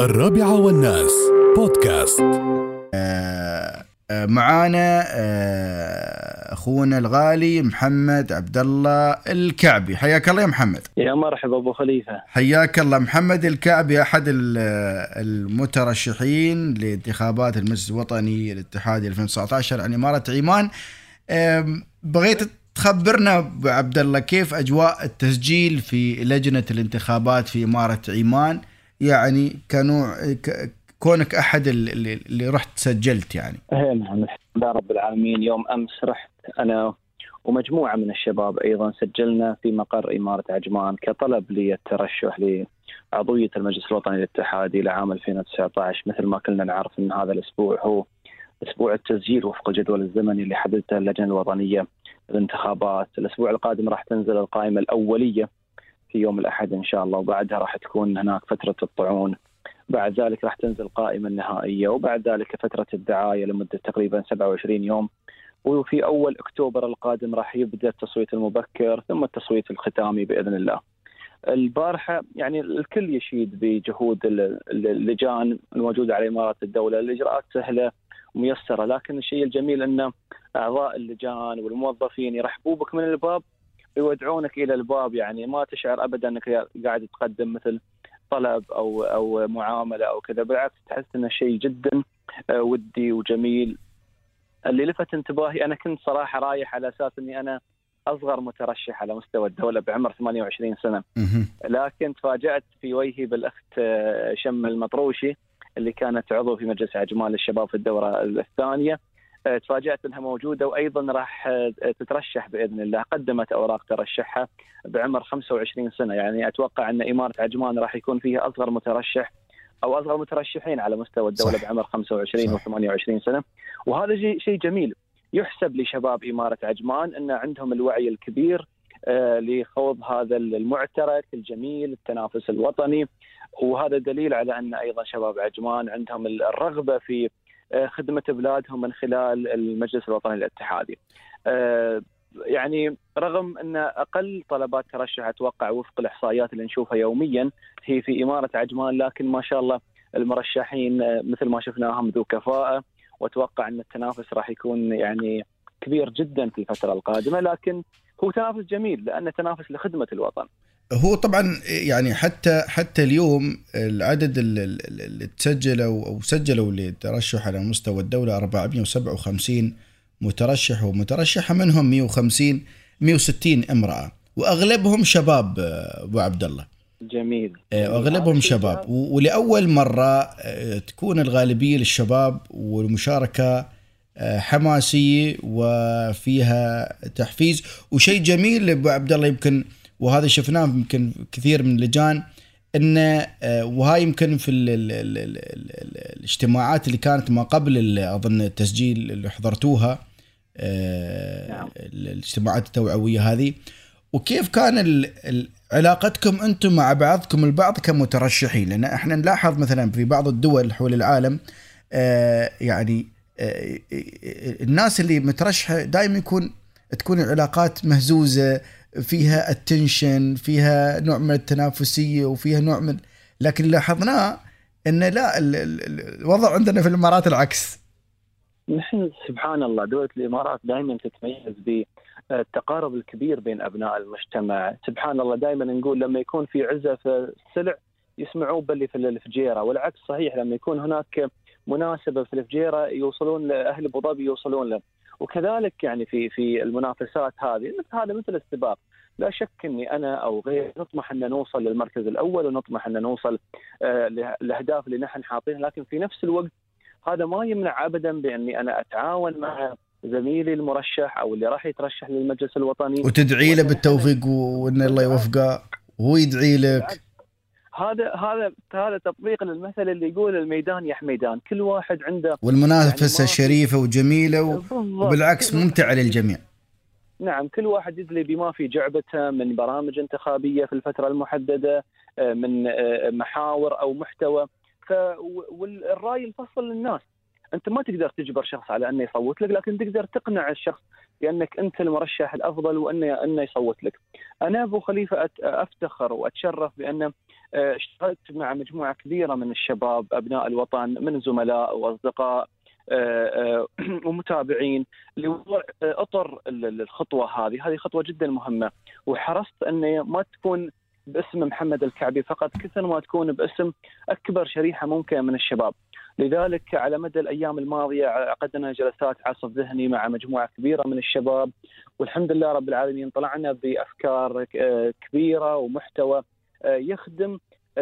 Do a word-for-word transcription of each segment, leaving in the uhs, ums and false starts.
الرابعة والناس بودكاست. آه آه معانا آه أخونا الغالي محمد عبد الله الكعبي. حياك الله يا محمد. يا مرحبا أبو خليفة. حياك الله. محمد الكعبي أحد المترشحين لانتخابات المجلس الوطني الاتحادي ألفين وتسعة عشر عن إمارة عمان. آه بغيت تخبرنا أبو عبد الله كيف أجواء التسجيل في لجنة الانتخابات في إمارة عمان، يعني كانوا كونك أحد اللي, اللي رحت سجلت يعني. أهلا نعم، الحمد لله رب العالمين. يوم أمس رحت أنا ومجموعة من الشباب أيضا، سجلنا في مقر إمارة عجمان كطلب للترشح لعضوية المجلس الوطني الاتحادي لعام ألفين وتسعة عشر. مثل ما كلنا نعرف أن هذا الأسبوع هو أسبوع التسجيل وفق الجدول الزمني اللي حددته اللجنة الوطنية للانتخابات. الأسبوع القادم راح تنزل القائمة الأولية في يوم الأحد إن شاء الله، وبعدها راح تكون هناك فترة الطعون. بعد ذلك راح تنزل القائمة النهائية، وبعد ذلك فترة الدعاية لمدة تقريبا سبعة وعشرين يوم. وفي أول أكتوبر القادم راح يبدأ التصويت المبكر ثم التصويت الختامي بإذن الله. البارحة يعني الكل يشيد بجهود اللجان الموجودة على إمارة الدولة. الإجراءات سهلة وميسرة، لكن الشيء الجميل أن أعضاء اللجان والموظفين يرحبوا بك من الباب ويودعونك إلى الباب، يعني ما تشعر أبدا أنك قاعد تقدم مثل طلب أو أو معاملة أو كذا، بالعكس تحس إنه شيء جدا ودي وجميل. اللي لفت انتباهي أنا كنت صراحة رايح على أساس إني أنا أصغر مترشح على مستوى الدولة بعمر ثمانية وعشرين سنة، لكن تفاجأت في وجهي بالأخت شم المطروشي اللي كانت عضو في مجلس عجمان للشباب في الدورة الثانية. تفاجأت أنها موجودة وأيضا راح تترشح بإذن الله. قدمت أوراق ترشحها بعمر خمسة وعشرين سنة، يعني أتوقع أن إمارة عجمان راح يكون فيها أصغر مترشح أو أصغر مترشحين على مستوى الدولة صح. بعمر خمسة وعشرين وثمانية وعشرين سنة، وهذا شيء جميل يحسب لشباب إمارة عجمان أن عندهم الوعي الكبير آه لخوض هذا المعترك الجميل التنافس الوطني. وهذا دليل على أن أيضا شباب عجمان عندهم الرغبة في خدمة بلادهم من خلال المجلس الوطني الاتحادي. أه يعني رغم أن أقل طلبات ترشح أتوقع وفق الإحصائيات اللي نشوفها يوميا هي في إمارة عجمان، لكن ما شاء الله المرشحين مثل ما شفناهم ذو كفاءة، وأتوقع أن التنافس راح يكون يعني كبير جدا في الفترة القادمة. لكن هو تنافس جميل لأنه تنافس لخدمة الوطن. هو طبعا يعني حتى حتى اليوم العدد اللي تسجلوا او سجلوا للترشح على مستوى الدوله أربعمائة وسبعة وخمسين مترشح ومترشحه، منهم مئة وخمسين مئة وستين امراه، واغلبهم شباب ابو عبد الله. جميل. واغلبهم شباب، ولاول مره تكون الغالبيه للشباب والمشاركه حماسيه وفيها تحفيز، وشيء جميل ابو عبد الله يمكن وهذا شفناه يمكن كثير من اللجان إنه وهاي يمكن في ال ال ال ال ال الاجتماعات اللي كانت ما قبل أظن التسجيل اللي حضرتوها نعم. الاجتماعات التوعوية هذه، وكيف كان علاقتكم أنتم مع بعضكم البعض كمترشحين؟ لأن احنا نلاحظ مثلا في بعض الدول حول العالم يعني الناس اللي مترشحة دائما يكون تكون العلاقات مهزوزة، فيها التنشن، فيها نوع من التنافسية وفيها نوع من، لكن لاحظناه إن لا الوضع عندنا في الإمارات العكس. نحن سبحان الله دولة الإمارات دائما تتميز بالتقارب الكبير بين أبناء المجتمع. سبحان الله دائما نقول لما يكون في عزة في السلع يسمعوا باللي في الفجيرة، والعكس صحيح لما يكون هناك مناسبة في الفجيرة يوصلون لأهل أبو ظبي يوصلون له. وكذلك يعني في في المنافسات هذه هذا مثل السباق، لا شك اني انا او غير نطمح ان نوصل للمركز الاول ونطمح ان نوصل آه للاهداف اللي نحن حاطينها، لكن في نفس الوقت هذا ما يمنع ابدا باني انا اتعاون مع زميلي المرشح او اللي راح يترشح للمجلس الوطني وتدعي له بالتوفيق وان الله يوفقه وهو يدعي لك. هذا هذا هذا تطبيق للمثل اللي يقول الميدان يا حميدان، كل واحد عنده والمنافسة يعني شريفة وجميلة وبالعكس ممتعة للجميع. نعم، كل واحد يدلي بما في جعبته من برامج انتخابية في الفترة المحددة، من محاور أو محتوى، والرأي الفصل للناس. أنت ما تقدر تجبر شخص على أنه يصوت لك، لكن تقدر تقنع الشخص بأنك أنت المرشح الأفضل وأنه أنه يصوت لك. أنا أبو خليفة أفتخر وأتشرف بأن اشتغلت مع مجموعة كبيرة من الشباب أبناء الوطن من زملاء وأصدقاء ومتابعين لوضع أطر الخطوة هذه هذه خطوة جدا مهمة، وحرصت أن ما تكون باسم محمد الكعبي فقط كثر ما تكون باسم أكبر شريحة ممكنة من الشباب. لذلك على مدى الأيام الماضية عقدنا جلسات عصف ذهني مع مجموعة كبيرة من الشباب، والحمد لله رب العالمين طلعنا بأفكار كبيرة ومحتوى يخدم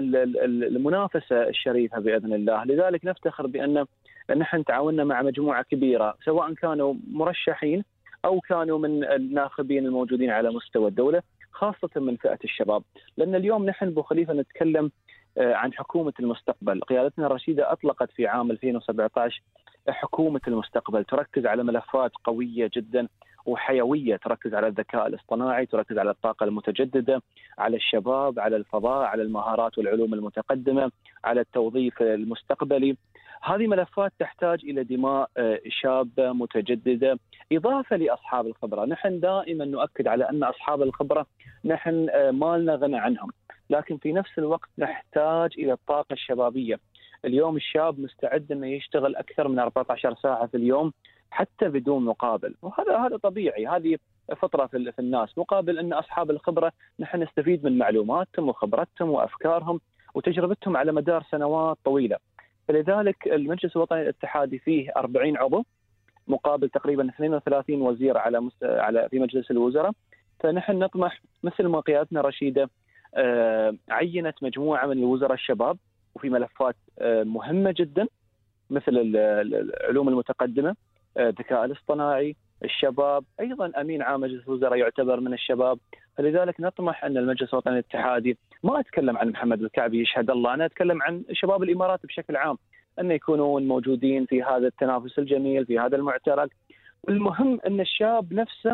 المنافسة الشريفة بإذن الله. لذلك نفتخر بأن نحن تعاوننا مع مجموعة كبيرة سواء كانوا مرشحين أو كانوا من الناخبين الموجودين على مستوى الدولة، خاصة من فئة الشباب. لأن اليوم نحن أبو خليفة نتكلم عن حكومة المستقبل. قيادتنا الرشيدة أطلقت في عام ألفين وسبعة عشر حكومة المستقبل، تركز على ملفات قوية جدا وحيوية، تركز على الذكاء الاصطناعي، تركز على الطاقة المتجددة، على الشباب، على الفضاء، على المهارات والعلوم المتقدمة، على التوظيف المستقبلي. هذه ملفات تحتاج إلى دماء شابة متجددة، إضافة لأصحاب الخبرة. نحن دائما نؤكد على أن أصحاب الخبرة نحن ما لنا غنى عنهم، لكن في نفس الوقت نحتاج إلى الطاقة الشبابية. اليوم الشاب مستعد أنه يشتغل أكثر من أربعة عشر ساعة في اليوم حتى بدون مقابل، وهذا هذا طبيعي، هذه فطرة في الناس، مقابل أن أصحاب الخبرة نحن نستفيد من معلوماتهم وخبرتهم وأفكارهم وتجربتهم على مدار سنوات طويلة. فلذلك المجلس الوطني الاتحادي فيه أربعين عضو مقابل تقريبا اثنين وثلاثين وزير على مست... على في مجلس الوزراء. فنحن نطمح مثل ما قيادتنا رشيدة آه عينت مجموعة من الوزراء الشباب وفي ملفات آه مهمة جدا مثل العلوم المتقدمة، الذكاء الاصطناعي، الشباب، أيضا أمين عام مجلس الوزراء يعتبر من الشباب. فلذلك نطمح أن المجلس الوطني الاتحادي، ما أتكلم عن محمد الكعبي يشهد الله، أنا أتكلم عن شباب الإمارات بشكل عام، أن يكونون موجودين في هذا التنافس الجميل في هذا المعترك. والمهم أن الشاب نفسه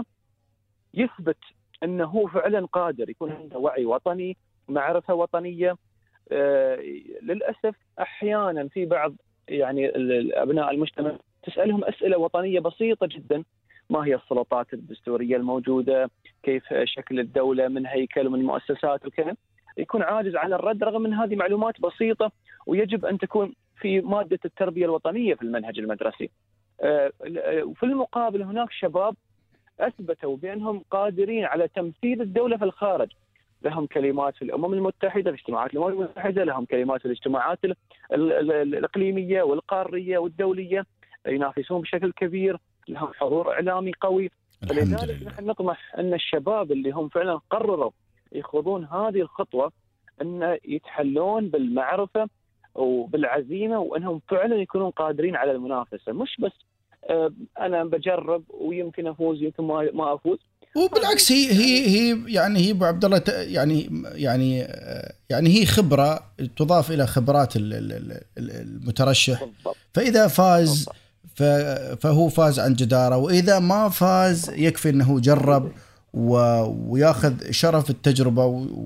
يثبت أنه فعلا قادر، يكون عنده وعي وطني، معرفة وطنية. آه للأسف أحيانا في بعض يعني أبناء المجتمع تسألهم أسئلة وطنية بسيطة جدا، ما هي السلطات الدستورية الموجودة، كيف شكل الدولة من هيكل ومن مؤسسات وكذا، يكون عاجز عن الرد رغم أن هذه معلومات بسيطة ويجب أن تكون في مادة التربية الوطنية في المنهج المدرسي. وفي المقابل هناك شباب أثبتوا بأنهم قادرين على تمثيل الدولة في الخارج، لهم كلمات في الأمم المتحدة، في اجتماعات الأمم المتحدة، لهم كلمات في الاجتماعات الإقليمية والقارية والدولية، ينافسون بشكل كبير، لهم حضور إعلامي قوي. فلذلك نحن نطمح أن الشباب اللي هم فعلا قرروا يخوضون هذه الخطوة أن يتحلون بالمعرفة وبالعزيمة، وأنهم فعلا يكونون قادرين على المنافسة، مش بس أنا بجرب ويمكن أفوز يمكن ما أفوز. وبالعكس هي هي هي يعني هي ابو عبد الله يعني يعني يعني هي خبره تضاف الى خبرات المترشح. فاذا فاز فهو فاز عن جداره، واذا ما فاز يكفي انه جرب وياخذ شرف التجربه،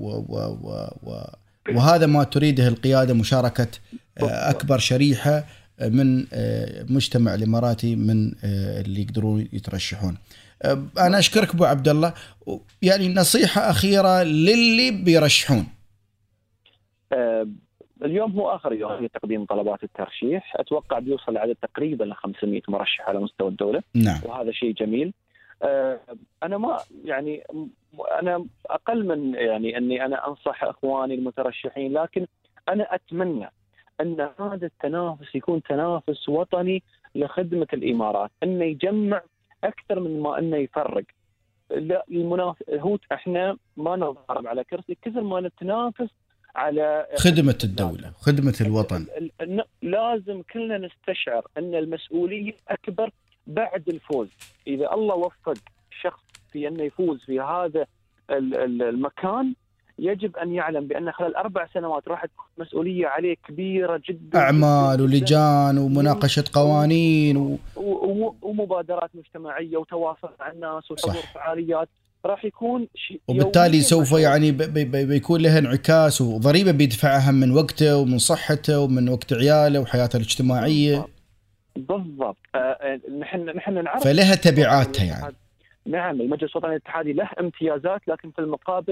وهذا ما تريده القياده، مشاركه اكبر شريحه من مجتمع الاماراتي من اللي يقدرون يترشحون. أنا أشكرك أبو عبد الله. يعني نصيحة أخيرة للي بيرشحون. أه اليوم هو آخر يوم لتقديم طلبات الترشيح، أتوقع بيوصل عدد تقريبا ل خمسمائة مرشح على مستوى الدولة. نعم. وهذا شيء جميل. أه أنا ما يعني أنا أقل من يعني أني أنا أنصح إخواني المترشحين، لكن أنا أتمنى أن هذا التنافس يكون تنافس وطني لخدمة الإمارات، أنه يجمع أكثر من ما أنه يفرق. لا المناف... هو إحنا ما نضارب على كرسي، كثر ما نتنافس على خدمة الدولة، خدمة الوطن. لازم كلنا نستشعر أن المسؤولية أكبر بعد الفوز. إذا الله وفق شخص في أنه يفوز في هذا المكان، يجب أن يعلم بأن خلال أربع سنوات راح تكون مسؤولية عليه كبيرة جدا، أعمال ولجان ومناقشة قوانين و... و... ومبادرات مجتمعية وتواصل مع الناس وحضور فعاليات، راح يكون شيء، وبالتالي سوف يعني بي بي بيكون له انعكاس وضريبة بيدفعها من وقته ومن صحته ومن وقت عياله وحياته الاجتماعية. بالضبط. آه نحن نحن نعرف فلها تبعاتها يعني. نعم، المجلس الوطني الاتحادي له امتيازات، لكن في المقابل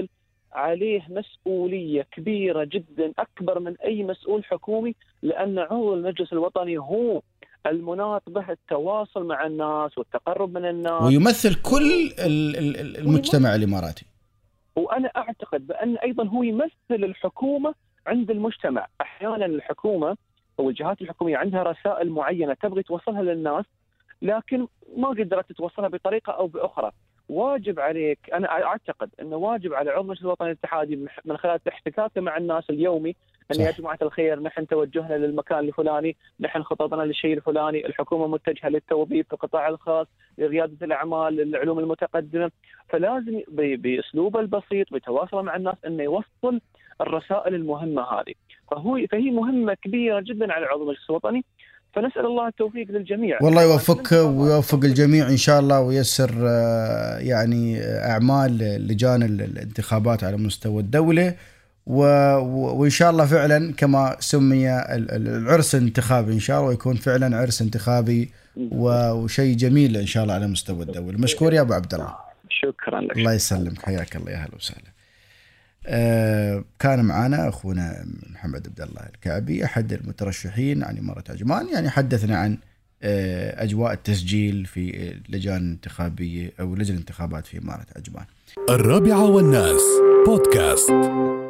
عليه مسؤولية كبيرة جدا أكبر من أي مسؤول حكومي، لأن عضو المجلس الوطني هو المناط به التواصل مع الناس والتقرب من الناس، ويمثل كل المجتمع الإماراتي. وأنا أعتقد بأن أيضا هو يمثل الحكومة عند المجتمع. أحيانا الحكومة أو الجهات الحكومية عندها رسائل معينة تبغي توصلها للناس، لكن ما قدرت توصلها بطريقة أو بأخرى. واجب عليك، أنا أعتقد أنه واجب على عضو المجلس الوطني الاتحادي من خلال احتكاكه مع الناس اليومي أن يا جماعة الخير نحن توجهنا للمكان الفلاني، نحن خططنا للشيء الفلاني، الحكومة متجهة للتوظيف في القطاع الخاص، لريادة الأعمال، للعلوم المتقدمة. فلازم بأسلوبه البسيط بتواصله مع الناس أنه يوصل الرسائل المهمة هذه. فهو فهي مهمة كبيرة جدا على عضو المجلس الوطني، فنسأل الله التوفيق للجميع. والله يوفقك ويوفق الجميع إن شاء الله، ويسر يعني أعمال لجان الانتخابات على مستوى الدولة، وإن شاء الله فعلا كما سمي العرس الانتخابي إن شاء الله يكون فعلا عرس انتخابي وشيء جميل إن شاء الله على مستوى الدولة. مشكور يا أبو عبد الله. شكرا لك. الله يسلمك، حياك الله، يا هلا وسهلا. آه كان معنا أخونا محمد عبد الله الكعبي أحد المترشحين عن إمارة عجمان، يعني حدثنا عن آه أجواء التسجيل في لجان انتخابية أو لجنة الانتخابات في إمارة عجمان. الرابعة والناس بودكاست.